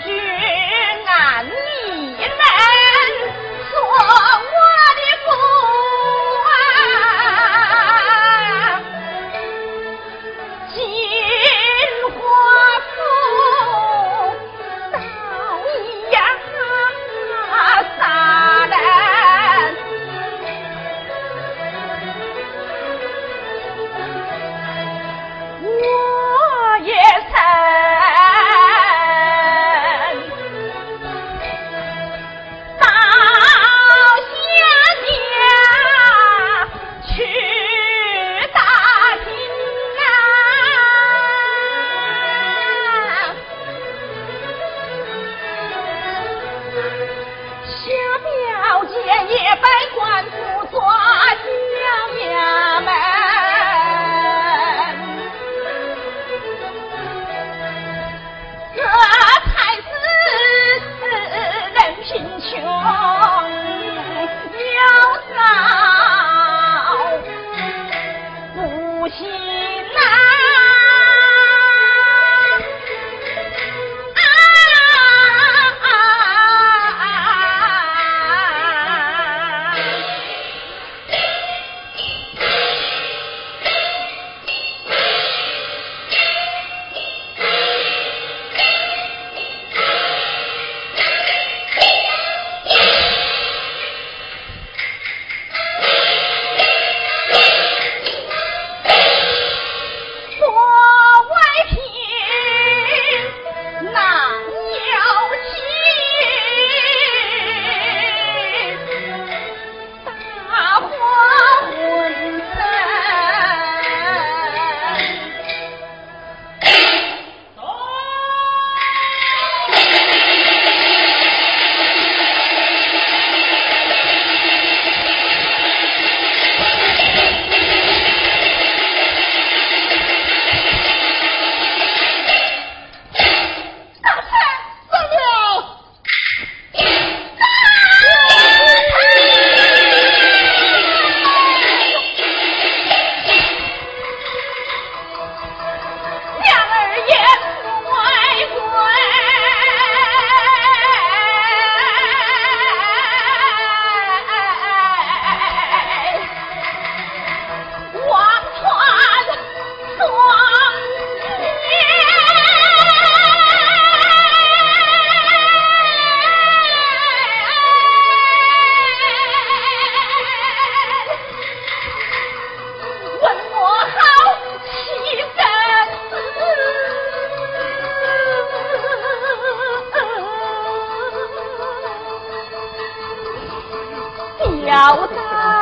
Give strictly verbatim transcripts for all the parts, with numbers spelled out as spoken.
挑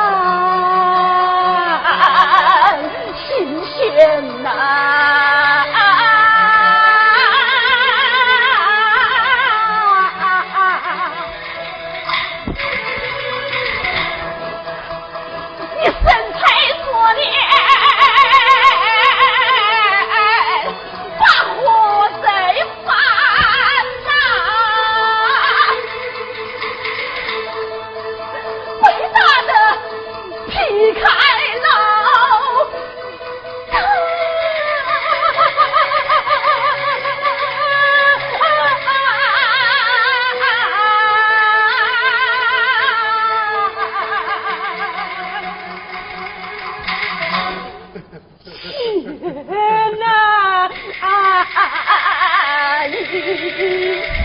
担新鲜呐、你身材作孽，把火贼烦呐，伟大的劈开了天哪啊一山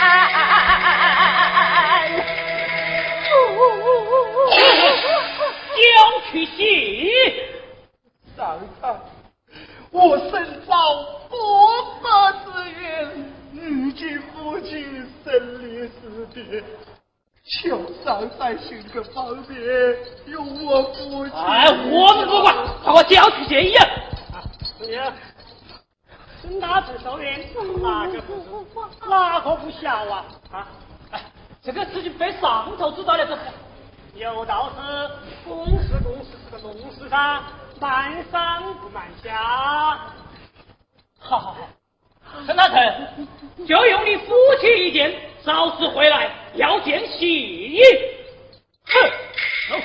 将去戏上苍，我身遭伯伯之冤，女婿夫妻生离死别，求上山寻个方便，用我夫妻。 哎，我们不管，把我交去协议啊！师爷，孙大志受冤，哪个不是？哪个不孝啊？啊！哎，这个事情被上头知道了，这有道是公事公事是个弄事上，慢上不慢下。好好好，陈大成，就用你夫妻一见，早时回来要见戏。哼，走。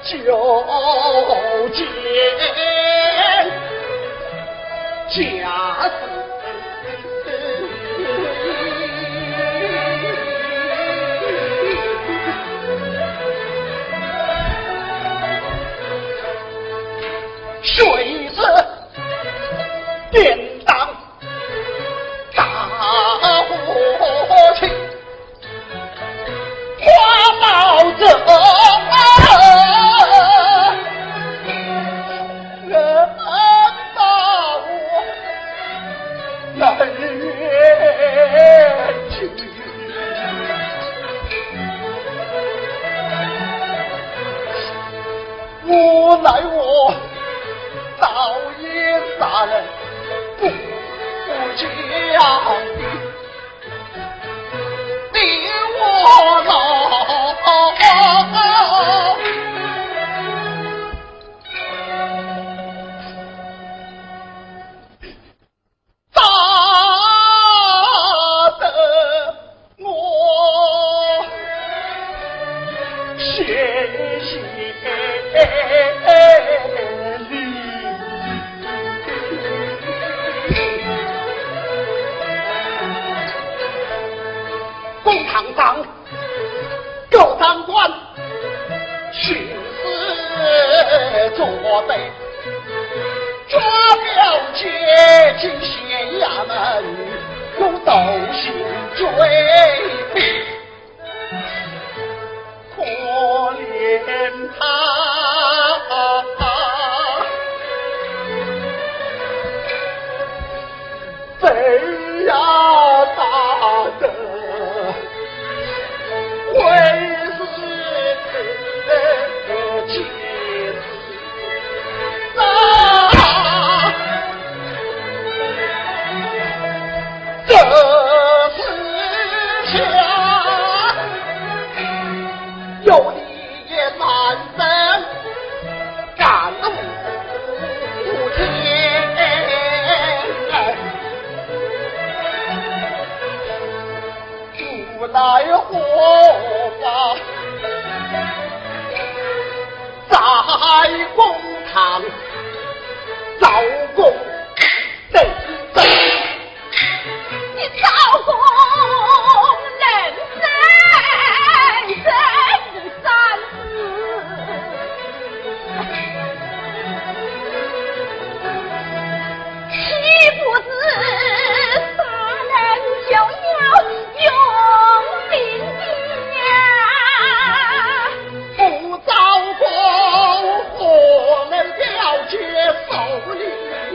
就见家事。谁是典当大火情，花宝者人道人冤情，无奈我早已杀人不讲理，你我老打得我血血公堂上各长官寻思作对，抓表接进县衙门，用斗心追逼，可怜他贼呀打的会是妻子啊，这是下有你也满身感无天，无奈何吧，在公堂招供认真， 你招供认真，真是三思，岂不知杀人就要用命呀！ 不招供何能了解受理？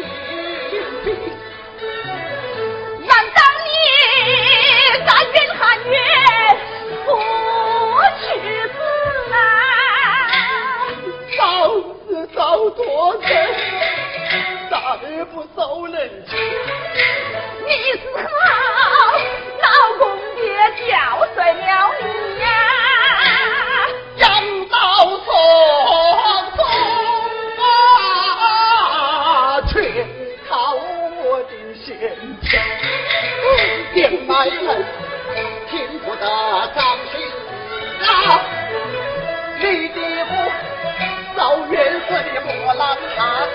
难道你甘愿含冤不去死啊？ 早知早多人，再不受人情。 你是好老公爹教碎了你呀！ 杨道双手啊，全靠我的贤妻，变卖人听不得伤心啊！你的父早原是的莫浪他，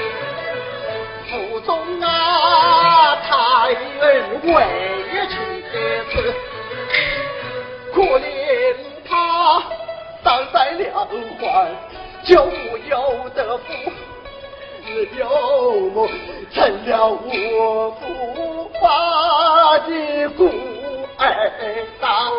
腹中啊胎儿委屈的事，可怜他丧在两环，就不由得福，只有我成了我不发的孤儿大，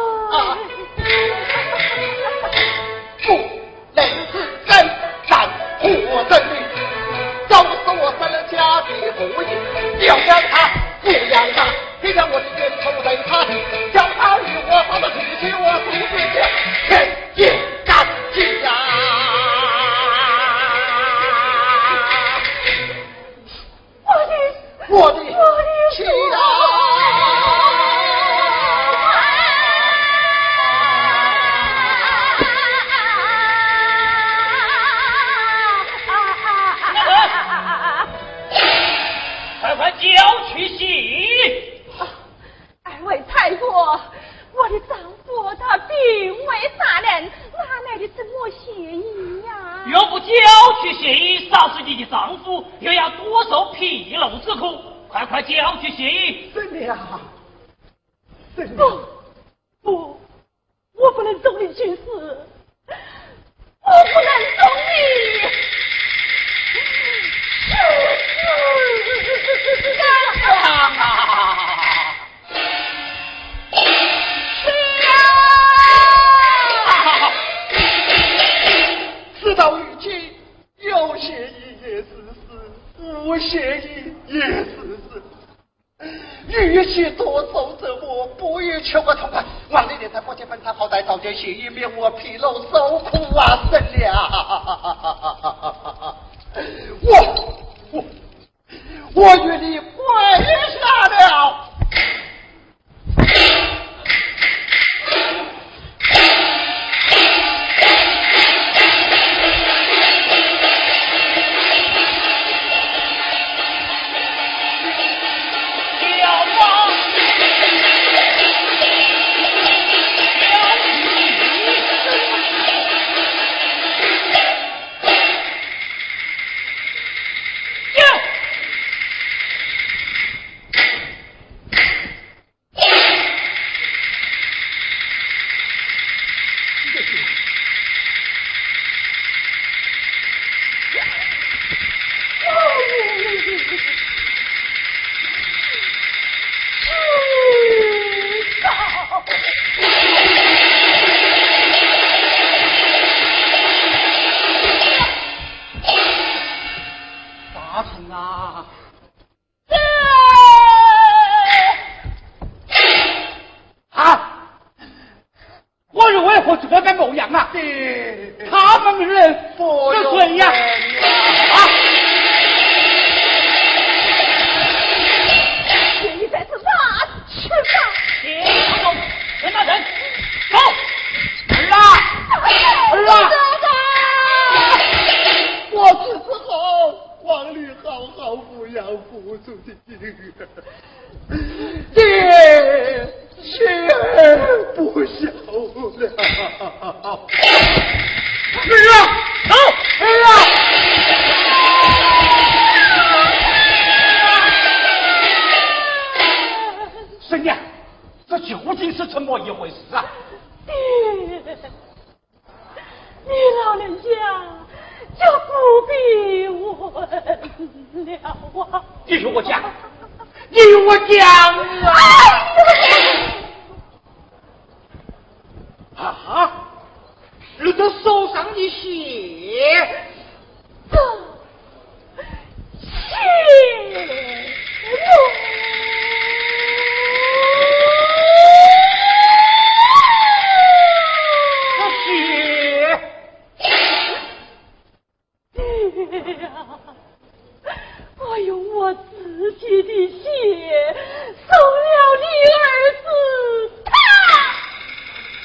不能是真，但我真理都是我生了家的福音，要养他不养他，别让我的冤仇在他的，叫他与我好的提起我父子家，天也干净呀！ 我的我的妻啊！ 去谢意，杀死你的丈夫，又要多受纰漏之苦，快快交去谢意。 真的呀，真的。不，不，我不能送你去死，我不能送你去死啊！ 事到如今，有协议也是事，无协议也是事。与其多受折磨，不如求个痛快。晚了点在国际分摊，好歹早点协议，免我疲劳受苦啊！生了，我我我与你跪下了。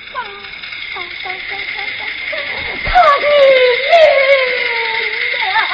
他的命。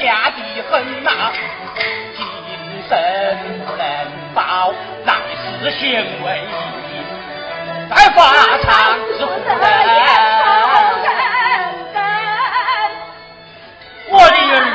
下的很呐，今生不能报，来世显为义，在法场之不能。我的儿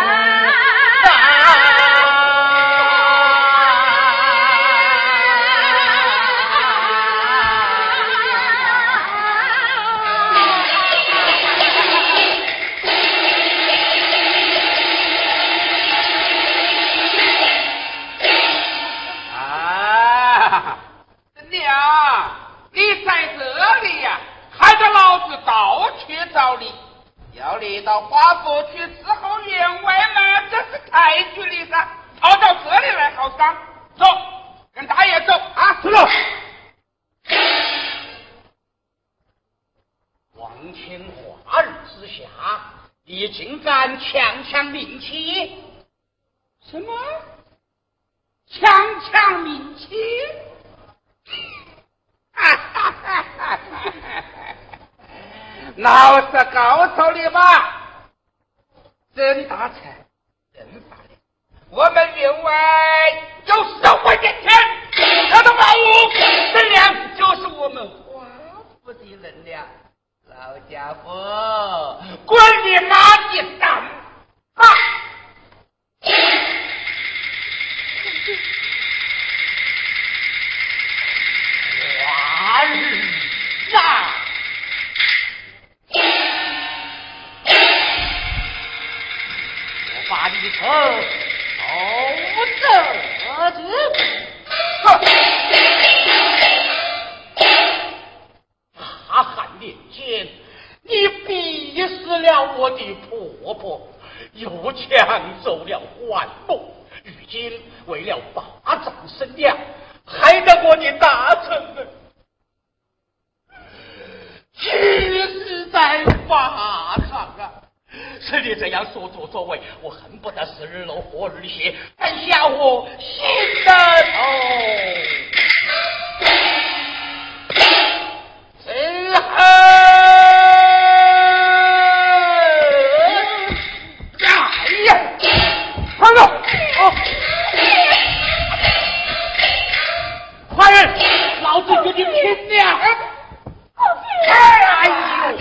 啊，娘，你在这里呀、啊，害得老子到处找你。要你到华府去伺候员外嘛，这是太距离噻，跑到这里来好伤。走，跟大爷走啊！ 走了。王天化日之下，你竟敢强抢民妻？ 什么？强抢民妻？哈哈哈哈哈哈！老实告诉你吧，真大财，真大利。我们员外有十万点钱，他的宝物能量就是我们华府的能量。老家伙，滚你妈的蛋！啊！ 华日啊！把你头头这子，大汉年间，你逼死了我的婆婆，又抢走了棺木，如今为了霸占身量，害得我的大臣们气死在法场啊！是你这样所作所为，我恨不得是日落或日歇，但下我心的头。之后，哎呀，快走！哦，快人，老子决定拼了！哎呦！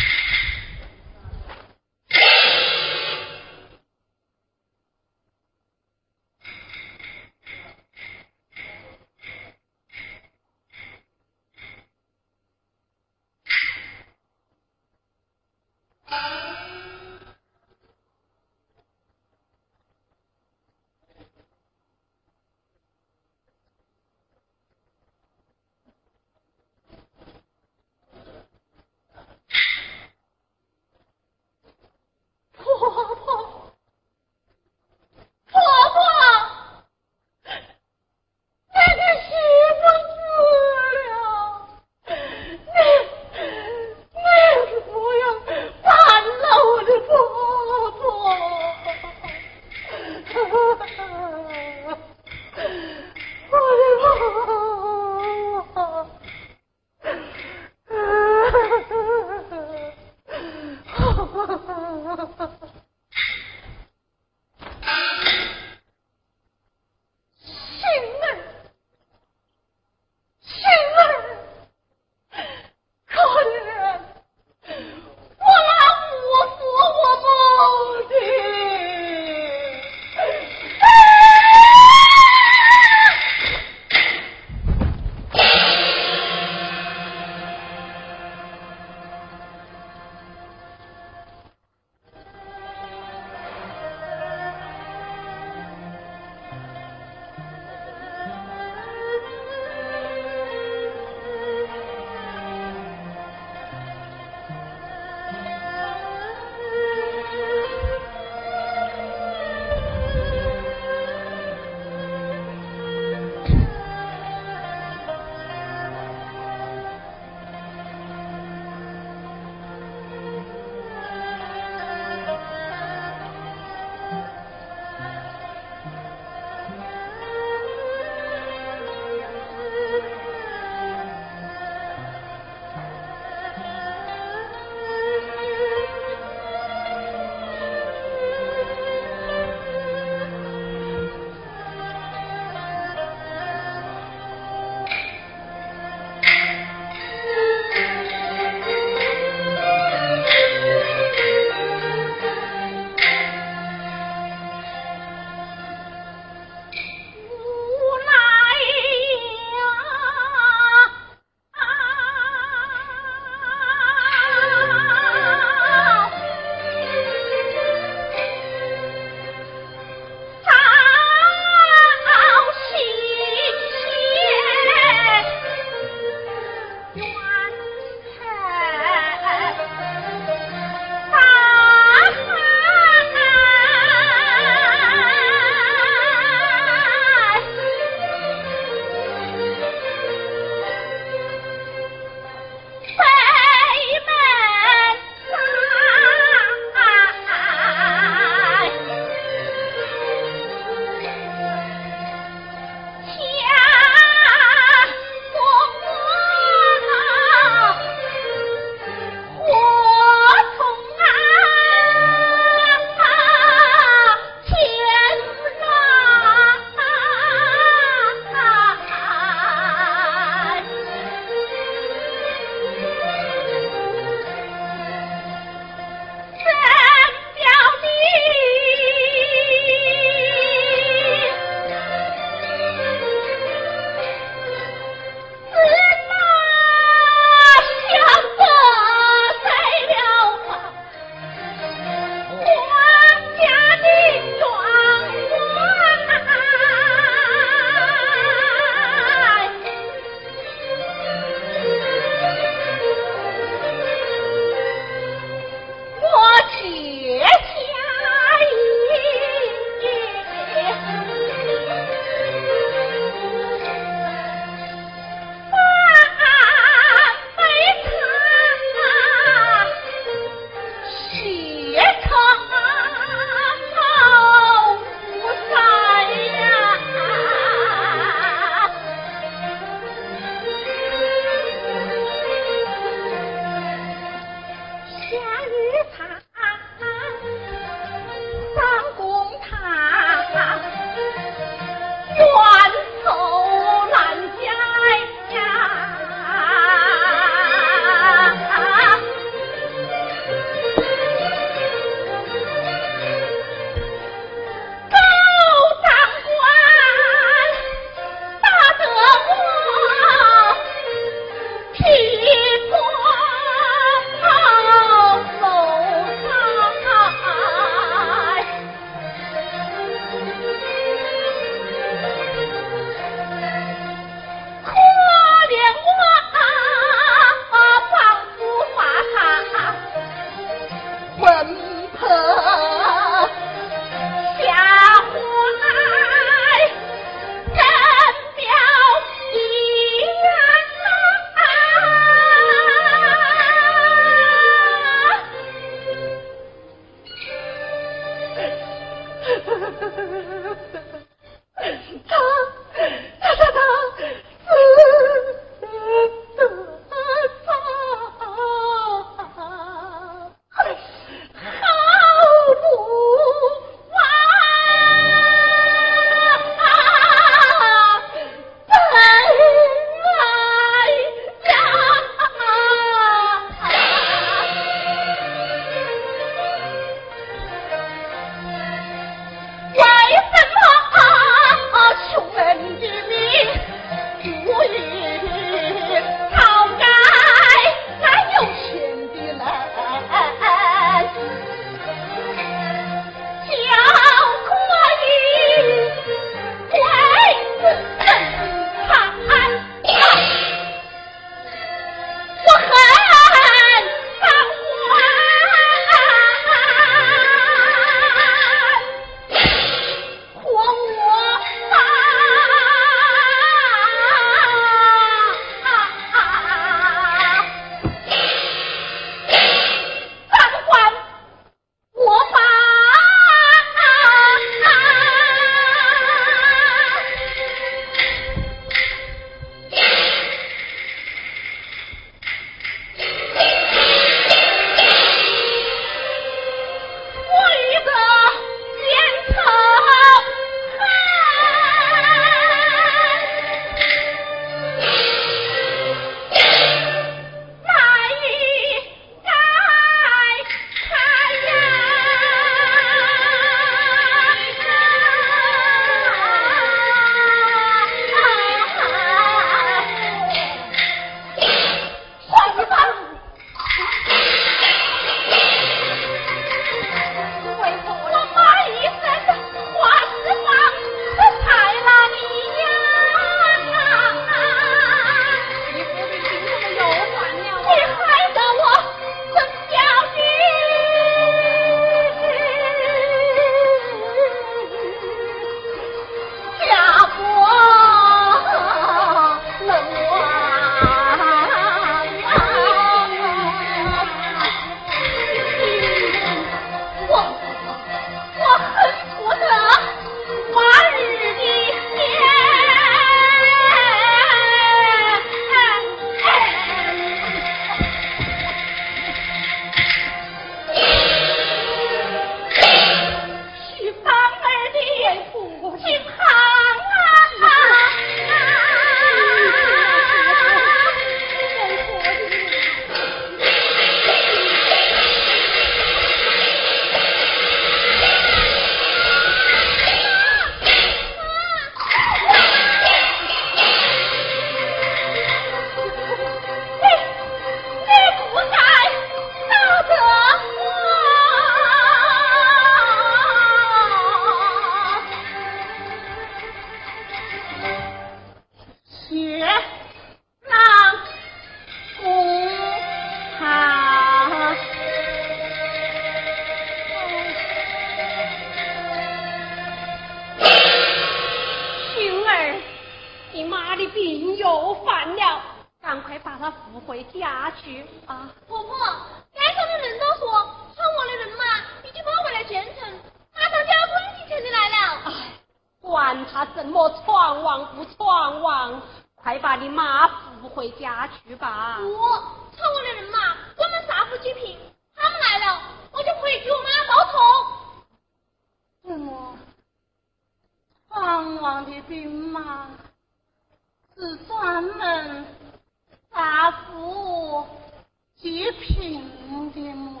又犯了，赶快把他扶回家去啊！ 婆婆，街上的人都说闯我的人马已经跑回来县城，马上就要滚进城里来了。 哎，管他什么闯王不闯王，快把你妈扶回家去吧。 不，闯我的人马根本杀不济平，他们来了，我就可以给我妈报仇。 什么？闯王的兵马是专门杀富济贫的吗？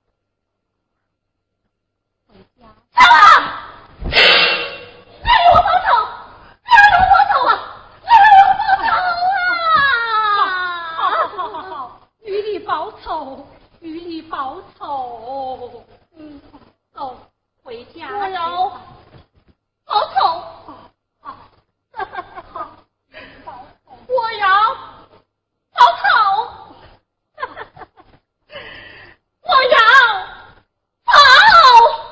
回家。 啊！来给我报仇！来给我报仇啊！来给我报仇啊！ 好好好好，与你报仇，与你报仇。嗯，走，回家。 我要报仇！我要报仇！我要报！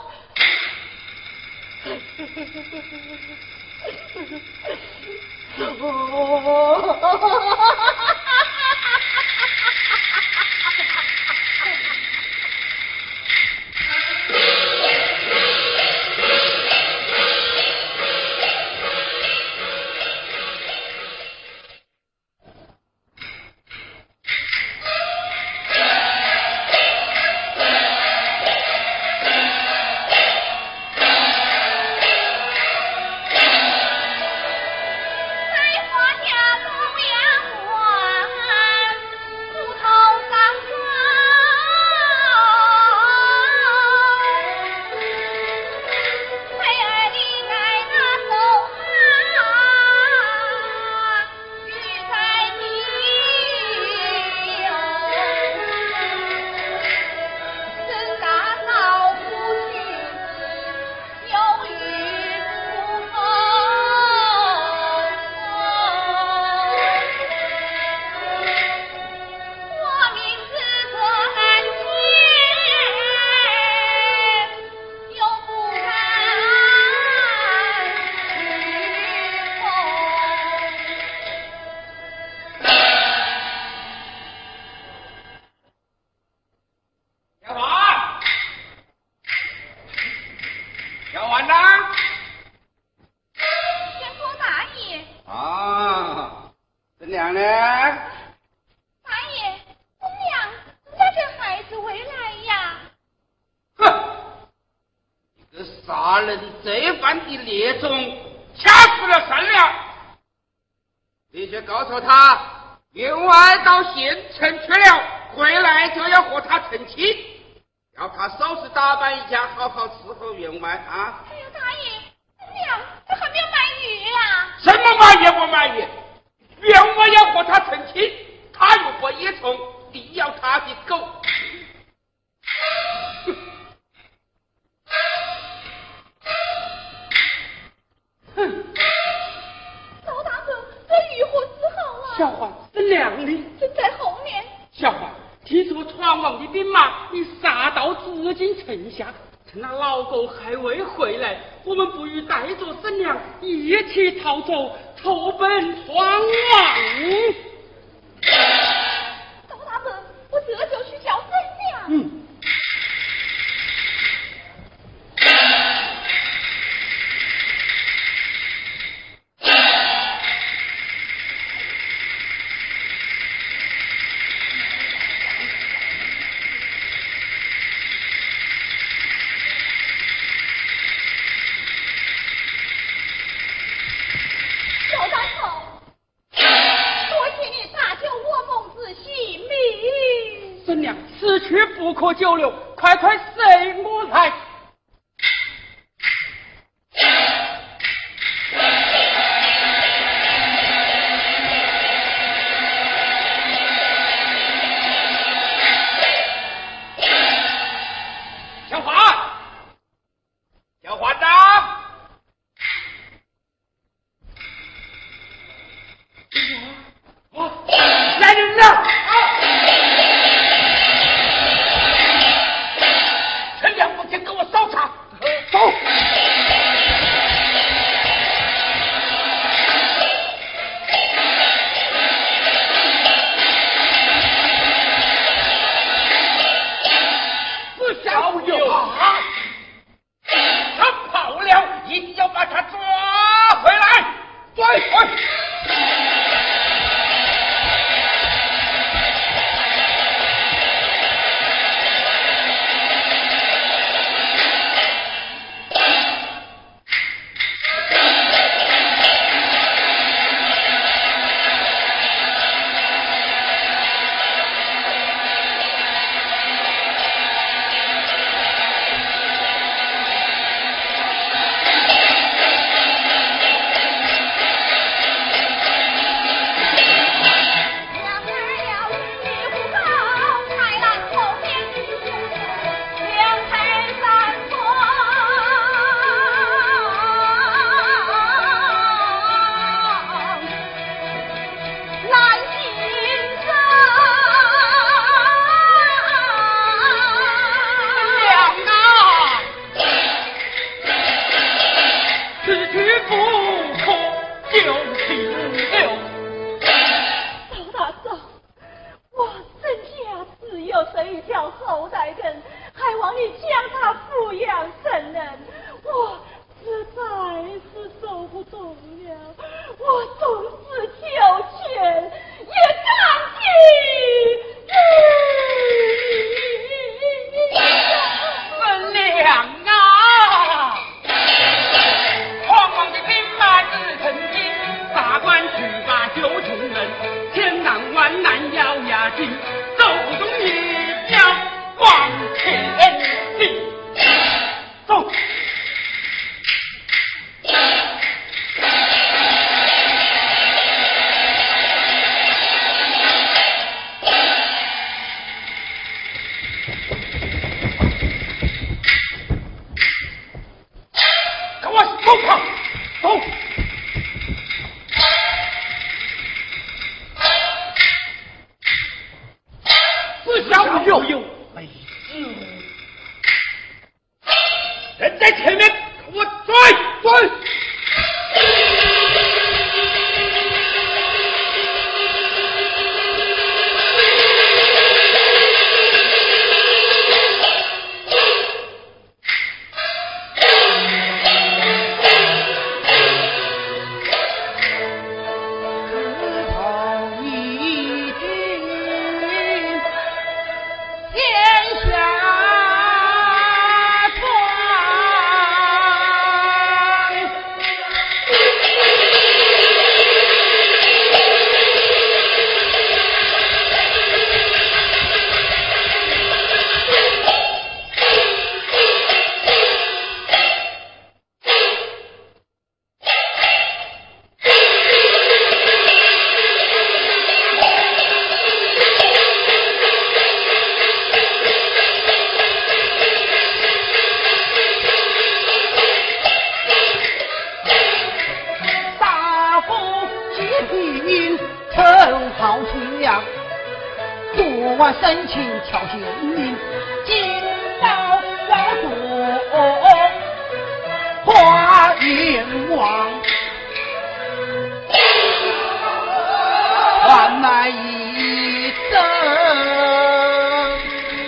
杀人罪犯的列宗掐死了善良，你却告诉他员外到县城去了，回来就要和他成亲，要他收拾打扮一下，好好伺候员外啊！ 哎呦，大爷，娘，这还没有满月啊！ 什么满月不满月？员外要和他成亲，他又不也从地要他的狗。 哼！ 周大哥，这如何是好啊？ 小华，是娘的正在后面。 小华，听说闯王的兵马已杀到紫禁城下，趁那老狗还未回来，我们不如带着婶娘一起逃走，投奔闯王。 周大哥，我这就去叫婶娘。 嗯。此去不可久留，快快随我来。小华，小华长，哦，来人了！ 酒， 有美酒。 人在前面，给我追追！ 深情挑衅您，今朝要做花阎王，换来一生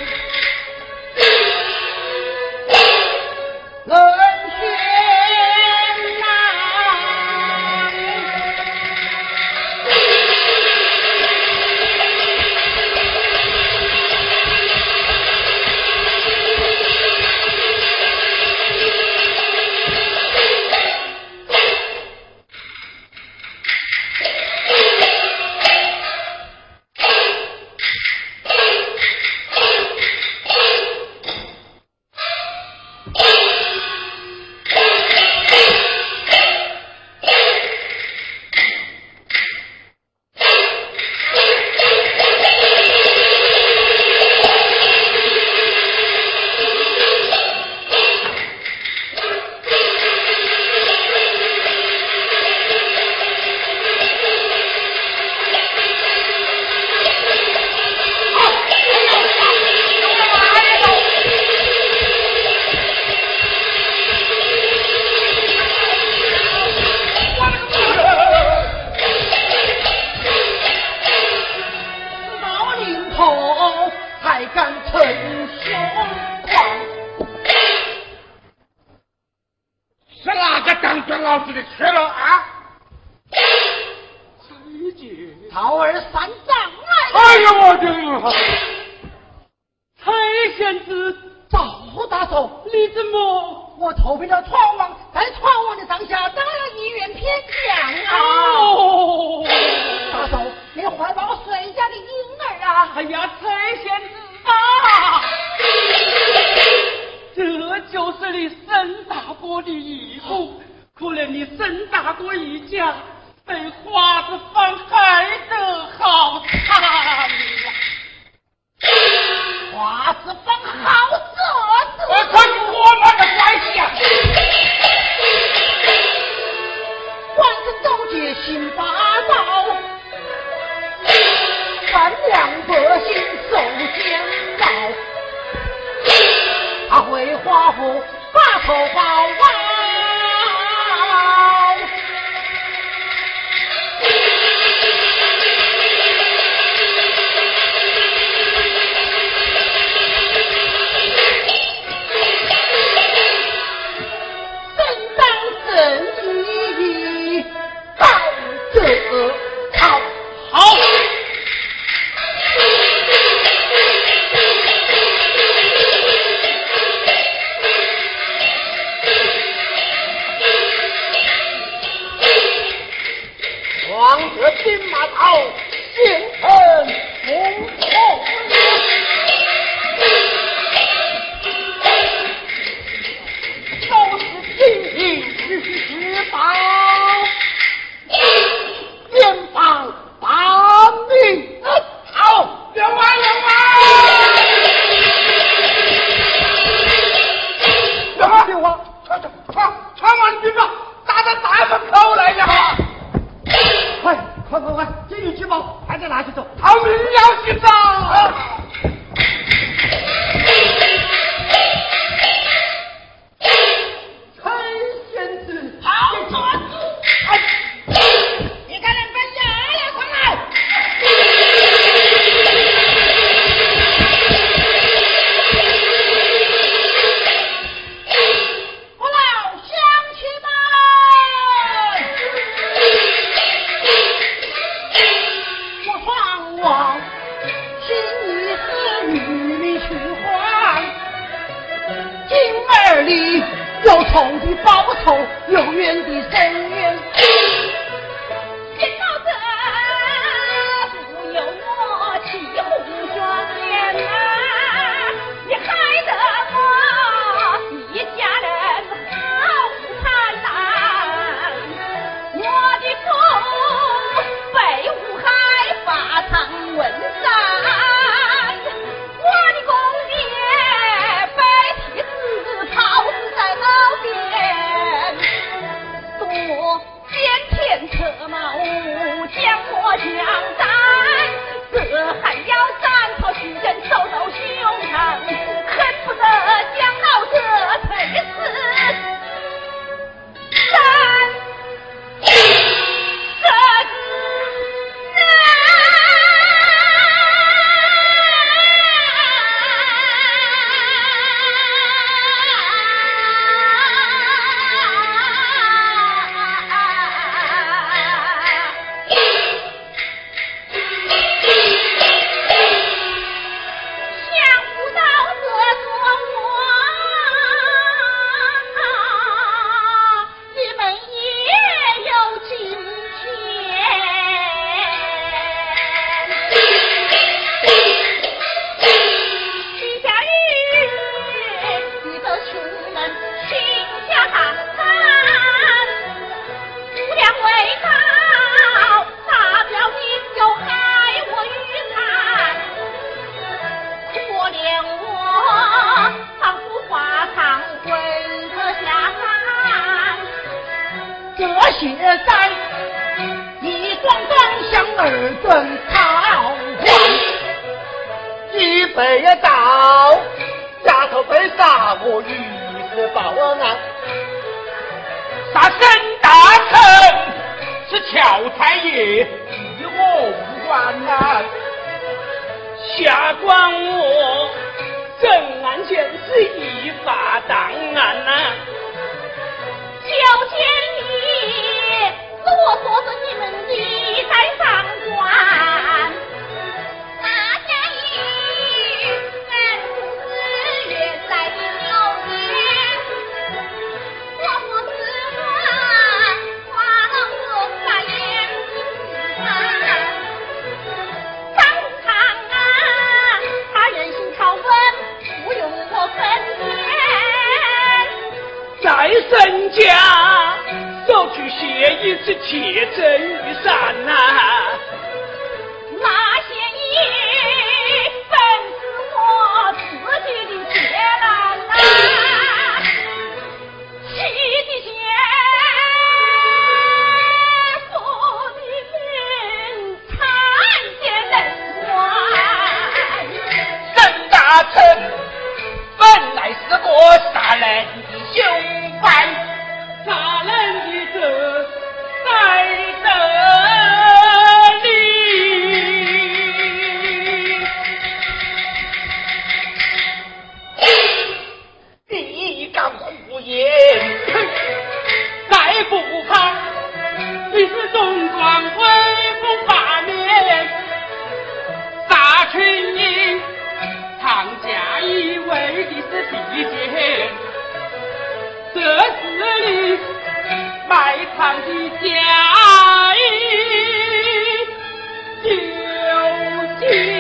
人选难。 快快快，这一举报，快点拿去走。 他们要去找。 里有仇的报仇，有冤的伸冤。 听到这，不由我气红双眼啊！你害得我一家人好惨呐！我的父被误害，发长问斩。车马将我相战，这还要战讨虚人，手斗凶残，恨不得将老者推死三十血债，一桩桩向二顿讨还，一被刀，家头被杀，我于是报案。 杀身大臣是乔太爷，与我无关呐。 下官我正案件是依法当案呐。 小监理啰嗦着你们的在上官，大家一人不是原来的流言，我不是我花了我大眼睛看，张长安他人心拷问，不用我分辨， 在身家收取协议是铁证于山呐、啊， 那协议本是我自己的铁栏呐，气的血，说的命，惨见人寰。 沈大臣本来是个杀人的凶犯， 杀人的这在得理， 你敢胡言？ 再不怕你是东庄威风八面，大群英唐家以为的是地界，这是你埋藏的家业究竟？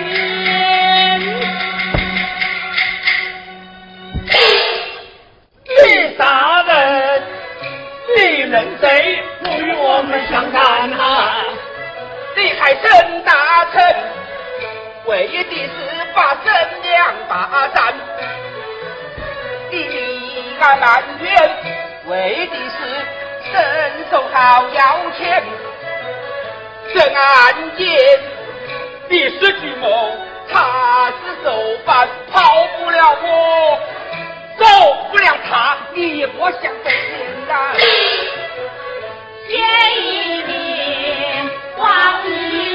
你杀人，你认谁？不与我们相干啊！ 你害沈大臣，为的是把沈良霸占；你立案埋怨，为的是沈守好要钱。这案件你是计谋，他是首犯，跑不了我，走不了他，你莫想得简单。 见一面，望一